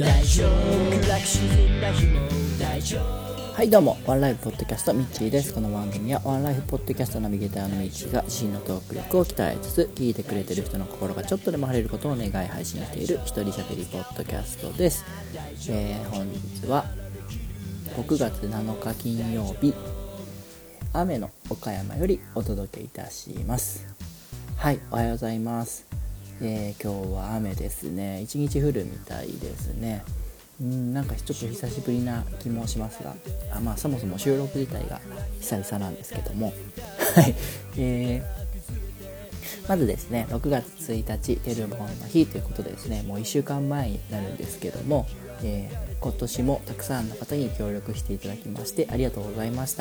大丈夫暗く沈んだ日も大丈夫。はいどうも、ワンライフポッドキャストミッチーです。この番組はワンライフポッドキャストナビゲーターのミッチーが自身のトーク力を鍛えつつ、聞いてくれてる人の心がちょっとでも晴れることを願い配信している一人喋りポッドキャストです。本日は6月7日金曜日、雨の岡山よりお届けいたします。はい、おはようございます。今日は雨ですね。一日降るみたいですね。なんかちょっと久しぶりな気もしますが、そもそも収録自体が久々なんですけどもはい、まずですね、6月1日テルボンの日ということでですね、もう1週間前になるんですけども、今年もたくさんの方に協力していただきましてありがとうございました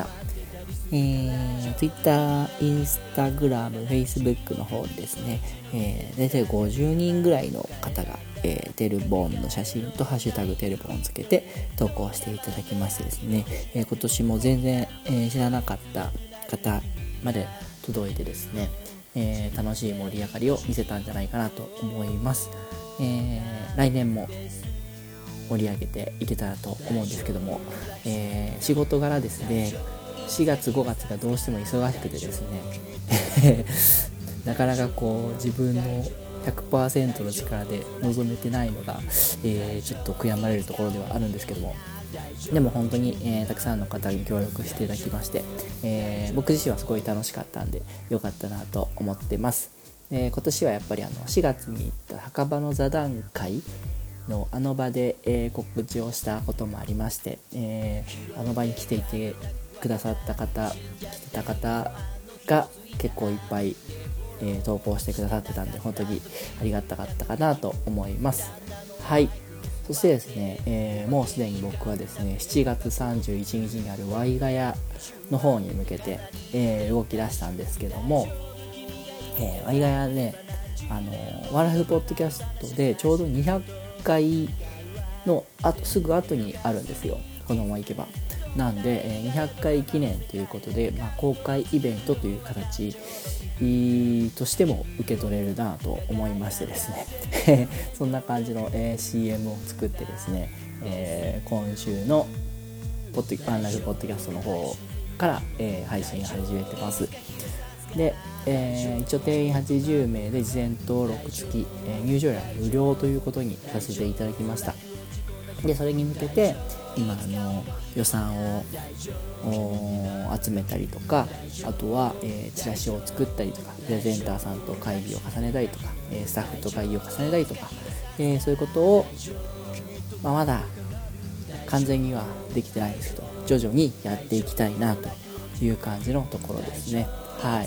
。Twitter、Instagram、Facebook の方にですね、大体50人ぐらいの方が、テルボンの写真とハッシュタグテルボンつけて投稿していただきましてですね、今年も全然、知らなかった方まで届いてですね、楽しい盛り上がりを見せたんじゃないかなと思います。来年も盛り上げていけたらと思うんですけども、仕事柄ですね、4月5月がどうしても忙しくてですねなかなか自分の 100% の力で臨めてないのが、ちょっと悔やまれるところではあるんですけども、でも本当に、たくさんの方に協力していただきまして、僕自身はすごい楽しかったんで良かったなと思ってます。今年はやっぱり4月に行った墓場の座談会のあの場で、告知をしたこともありまして、あの場に来ていてくださった方、来てた方が結構いっぱい、投稿してくださってたんで本当にありがたかったかなと思います。はい、そしてですね、もうすでに僕はですね7月31日にあるワイガヤの方に向けて、動き出したんですけども、ワイガヤね、ワラフポッドキャストでちょうど200回のすぐ後にあるんですよ、このままいけば。なんで、200回記念ということで、公開イベントという形としても受け取れるなと思いましてですねそんな感じの、CM を作ってですね、今週のワンライフポッドキャストの方から、配信始めてます。で、一応定員80名で事前登録付き、入場料無料ということにさせていただきました。でそれに向けて今の予算を集めたりとか、あとは、チラシを作ったりとか、プレゼンターさんと会議を重ねたりとか、スタッフと会議を重ねたりとか、そういうことを、まだ完全にはできてないんですけど徐々にやっていきたいなという感じのところですね。はい、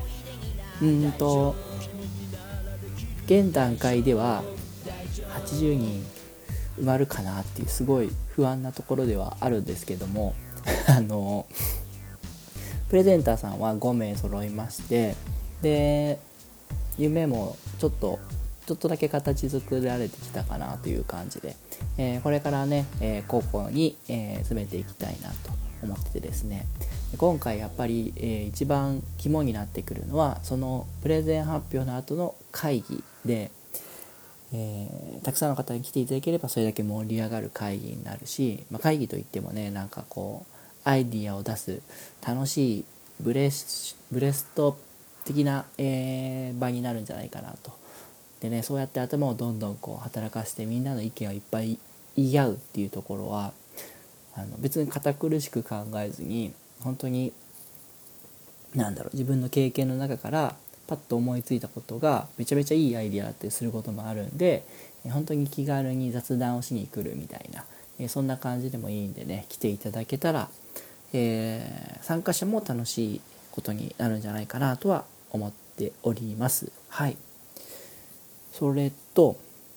現段階では80人埋まるかなっていうすごい不安なところではあるんですけどもプレゼンターさんは5名揃いまして、で夢もちょっとだけ形作られてきたかなという感じで、これからね、高校に、詰めていきたいなと思っててですね、今回やっぱり、一番肝になってくるのはそのプレゼン発表の後の会議で、たくさんの方に来ていただければそれだけ盛り上がる会議になるし、会議といってもね、なんかアイディアを出す楽しいブレスト的な、場になるんじゃないかなと。でね、そうやって頭をどんどん働かせてみんなの意見をいっぱい言い合うっていうところは別に堅苦しく考えずに、本当に自分の経験の中からパッと思いついたことがめちゃめちゃいいアイディアだったりすることもあるんで、本当に気軽に雑談をしに来るみたいな、そんな感じでもいいんでね、来ていただけたら、参加者も楽しいことになるんじゃないかなとは思っております。はい、それと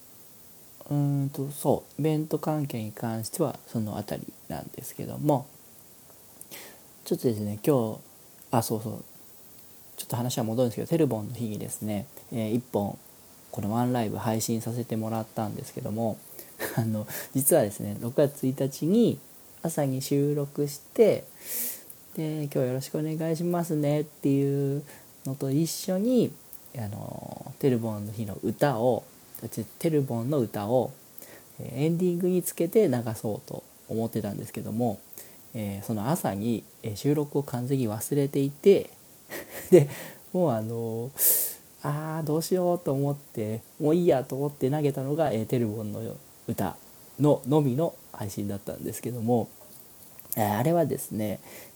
イベント関係に関してはそのあたりなんですけども、ちょっとですね今日ちょっと話は戻るんですけど、テルボンの日にですね、1本このワンライブ配信させてもらったんですけども実はですね6月1日に朝に収録して、で今日よろしくお願いしますねっていうのと一緒にテルボンの日の歌をテルボンの歌を、 エンディングにつけて流そうと思ってたんですけども、その朝に収録を完全に忘れていてでもうどうしようと思ってもういいやと思って投げたのが、テルボンの歌のみの配信だったんですけども、あれはですね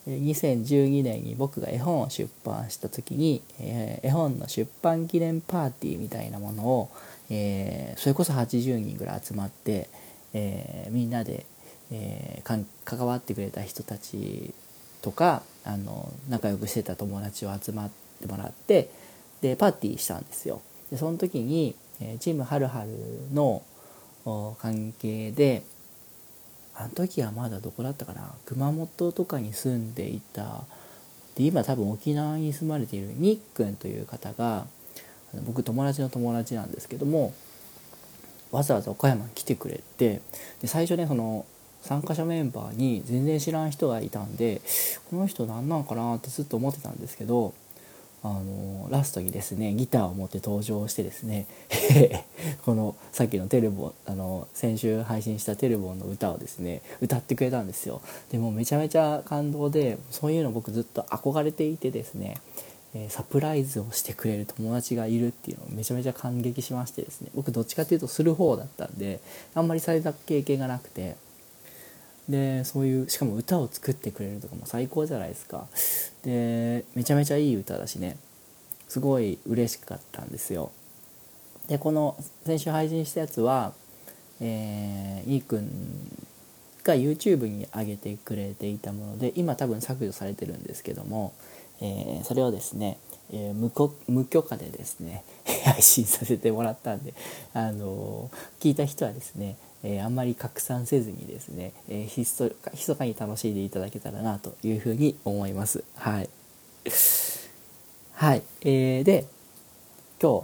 2012年に僕が絵本を出版した時に、絵本の出版記念パーティーみたいなものを、それこそ80人ぐらい集まって、みんなで、関わってくれた人たちとか仲良くしてた友達を集まってもらってでパーティーしたんですよ。でその時に、チームはるはるの関係であの時はまだどこだったかな、熊本とかに住んでいたで今多分沖縄に住まれているニックンという方が僕友達の友達なんですけどもわざわざ岡山に来てくれてで最初ねその参加者メンバーに全然知らん人がいたんでこの人何なんかなってずっと思ってたんですけどラストにですねギターを持って登場してですねこのさっきのテルボ先週配信したテルボンの歌をですね歌ってくれたんですよ。でもめちゃめちゃ感動でそういうの僕ずっと憧れていてですね、サプライズをしてくれる友達がいるっていうのをめちゃめちゃ感激しましてですね、僕どっちかっていうとする方だったんであんまりされた経験がなくて、でそういうしかも歌を作ってくれるとかも最高じゃないですか。でめちゃめちゃいい歌だしねすごい嬉しかったんですよ。でこの先週配信したやつは、いいくんが YouTube に上げてくれていたもので今多分削除されてるんですけども、それをですね、無許可でですね配信させてもらったんで聞いた人はですねあんまり拡散せずにですね、ひそかに楽しんでいただけたらなというふうに思います。はい、はいで今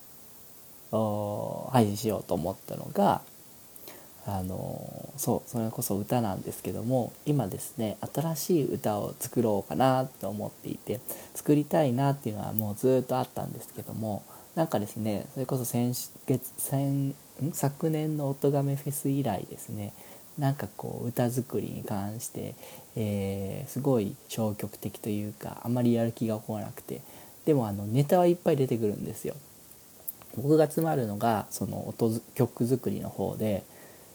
日配信しようと思ったのがそれこそ歌なんですけども今ですね新しい歌を作ろうかなと思っていて作りたいなっていうのはもうずっとあったんですけどもなんかですねそれこそ昨年の音亀フェス以来ですねなんかこう歌作りに関して、すごい消極的というかあんまりやる気が起こらなくてでもネタはいっぱい出てくるんですよ。僕が詰まるのがその曲作りの方で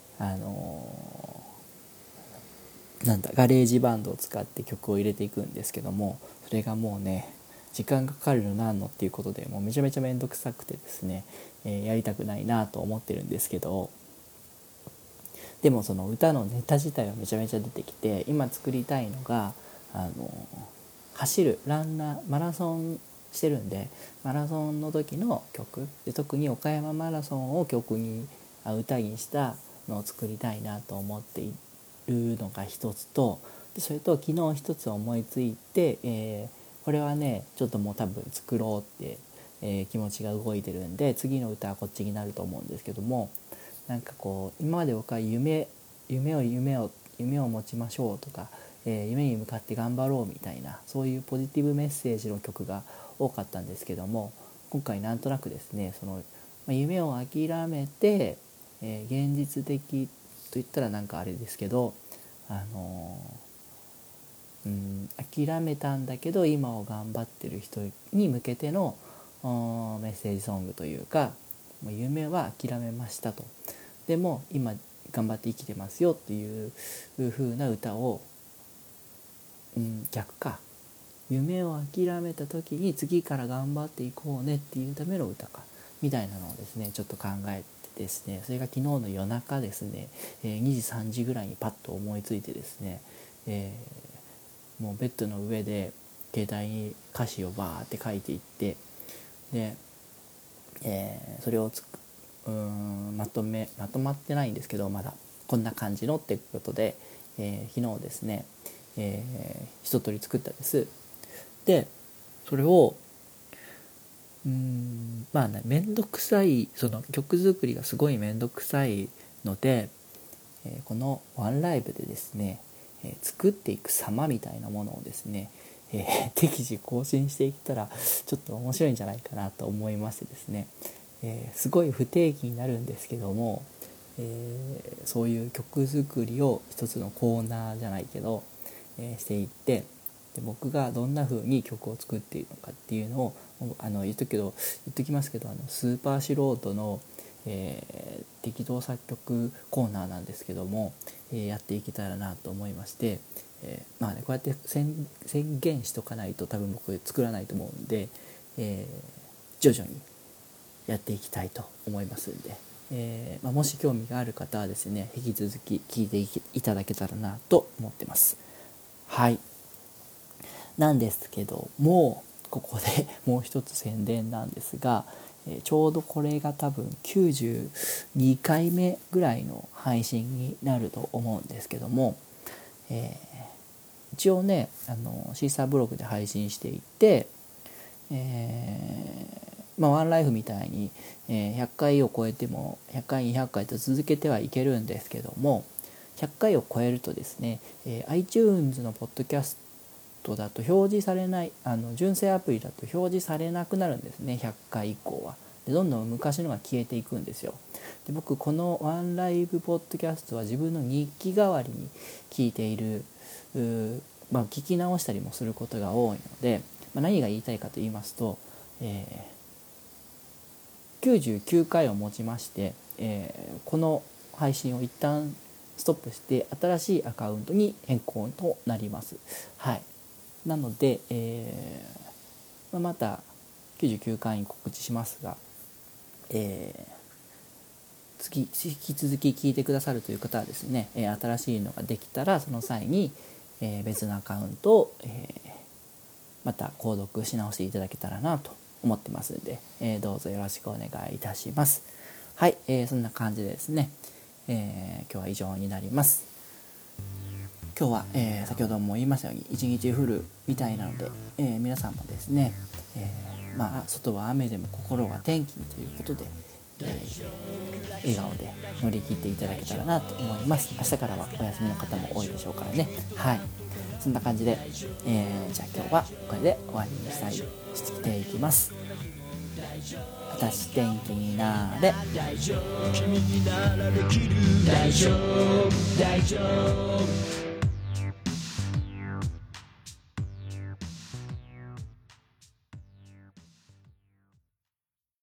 ガレージバンドを使って曲を入れていくんですけどもそれがもうね時間がかかるのなんのっていうことでもうめちゃめちゃ面倒くさくてですね、やりたくないなと思ってるんですけどでもその歌のネタ自体はめちゃめちゃ出てきて今作りたいのが走るランナーマラソンしてるんでマラソンの時の曲で特に岡山マラソンを歌にしたのを作りたいなと思っているのが一つとでそれと昨日一つ思いついて、これはねちょっともう多分作ろうって、気持ちが動いてるんで次の歌はこっちになると思うんですけどもなんかこう今まで僕は夢を持ちましょうとか、夢に向かって頑張ろうみたいなそういうポジティブメッセージの曲が多かったんですけども今回なんとなくですね夢を諦めて、現実的といったらなんかあれですけど諦めたんだけど今を頑張ってる人に向けてのメッセージソングというか夢は諦めましたとでも今頑張って生きてますよっていう風な歌を、逆か夢を諦めた時に次から頑張っていこうねっていうための歌かみたいなのをですねちょっと考えてですねそれが昨日の夜中ですね、2時3時ぐらいにパッと思いついてですね、もうベッドの上で携帯に歌詞をバーって書いていってで、それをまとまってないんですけどまだこんな感じのってことで、昨日ですね、一通り作ったんです。でそれをめんどくさいその曲作りがすごいめんどくさいので、このワンライブでですね、作っていく様みたいなものをですね、適時更新していったらちょっと面白いんじゃないかなと思いましてですね、すごい不定期になるんですけども、 そういう曲作りを一つのコーナーじゃないけど、していって、で僕がどんな風に曲を作っているのかっていうのを言っときますけど、スーパー素人の、適当作曲コーナーなんですけども、やっていけたらなと思いまして、こうやって宣言しとかないと多分僕作らないと思うんで、徐々にやっていきたいと思いますんで、もし興味がある方はですね、引き続き聞いていただけたらなと思ってます。はい。なんですけども、ここでもう一つ宣伝なんですが、ちょうどこれが多分92回目ぐらいの配信になると思うんですけども、一応ねシーサーブログで配信していて、ワンライフみたいに、100回を超えても100回200回と続けてはいけるんですけども、100回を超えるとですね、iTunes のポッドキャストだと表示されない、純正アプリだと表示されなくなるんですね。100回以降はでどんどん昔のが消えていくんですよ。で僕このワンライブポッドキャストは自分の日記代わりに聞いている、聞き直したりもすることが多いので、何が言いたいかと言いますと、99回をもちまして、この配信を一旦ストップして新しいアカウントに変更となります。はい。なので、また99回に告知しますが、引き続き聞いてくださるという方はですね、新しいのができたらその際に、別のアカウントを、また購読し直していただけたらなと思ってますので、どうぞよろしくお願いいたします。はい、そんな感じでですね、今日は以上になります。今日は、先ほども言いましたように一日降るみたいなので、皆さんもですね、外は雨でも心は天気にということで、笑顔で乗り切っていただけたらなと思います。明日からはお休みの方も多いでしょうからね。はい、そんな感じで、じゃあ今日はこれで終わりにしていきます。私天気になれ、君にならできる、大丈夫